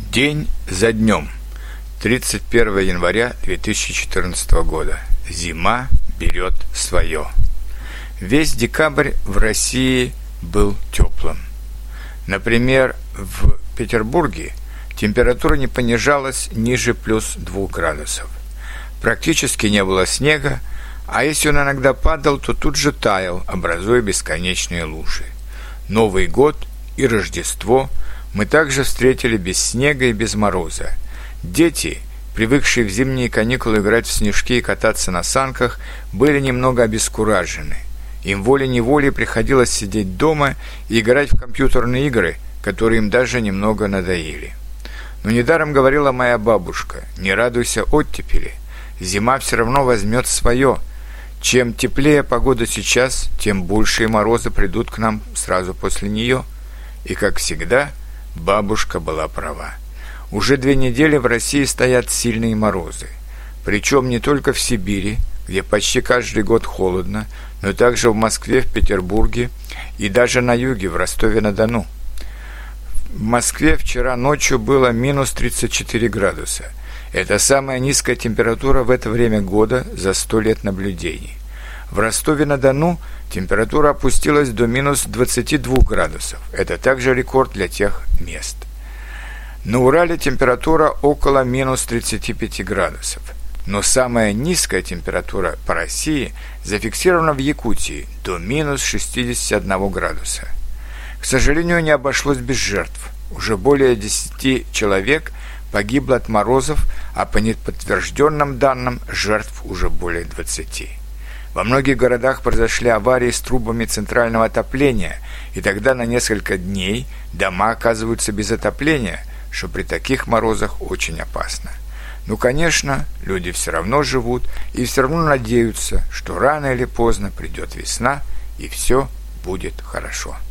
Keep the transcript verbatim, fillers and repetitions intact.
День за днем. тридцать первого января две тысячи четырнадцатого года. Зима берет свое. Весь декабрь в России был теплым. Например, в Петербурге температура не понижалась ниже плюс двух градусов. Практически не было снега, а если он иногда падал, то тут же таял, образуя бесконечные лужи. Новый год и Рождество мы также встретили без снега и без мороза. Дети, привыкшие в зимние каникулы играть в снежки и кататься на санках, были немного обескуражены. Им волей-неволей приходилось сидеть дома и играть в компьютерные игры, которые им даже немного надоели. Но недаром говорила моя бабушка: «Не радуйся оттепели, зима все равно возьмет свое. Чем теплее погода сейчас, тем большие морозы придут к нам сразу после нее». И, как всегда, бабушка была права. Уже две недели в России стоят сильные морозы. Причем не только в Сибири, где почти каждый год холодно, но также в Москве, в Петербурге и даже на юге, в Ростове-на-Дону. В Москве вчера ночью было минус тридцать четыре градуса. Это самая низкая температура в это время года за сто лет наблюдений. В Ростове-на-Дону температура опустилась до минус двадцати двух градусов. Это также рекорд для тех мест. На Урале температура около минус тридцати пяти градусов. Но самая низкая температура по России зафиксирована в Якутии до минус шестидесяти одного градуса. К сожалению, не обошлось без жертв. Уже более десяти человек погибло от морозов, а по неподтвержденным данным жертв уже более двадцати. Во многих городах произошли аварии с трубами центрального отопления, и тогда на несколько дней дома оказываются без отопления, что при таких морозах очень опасно. Ну, конечно, люди все равно живут и все равно надеются, что рано или поздно придет весна, и все будет хорошо.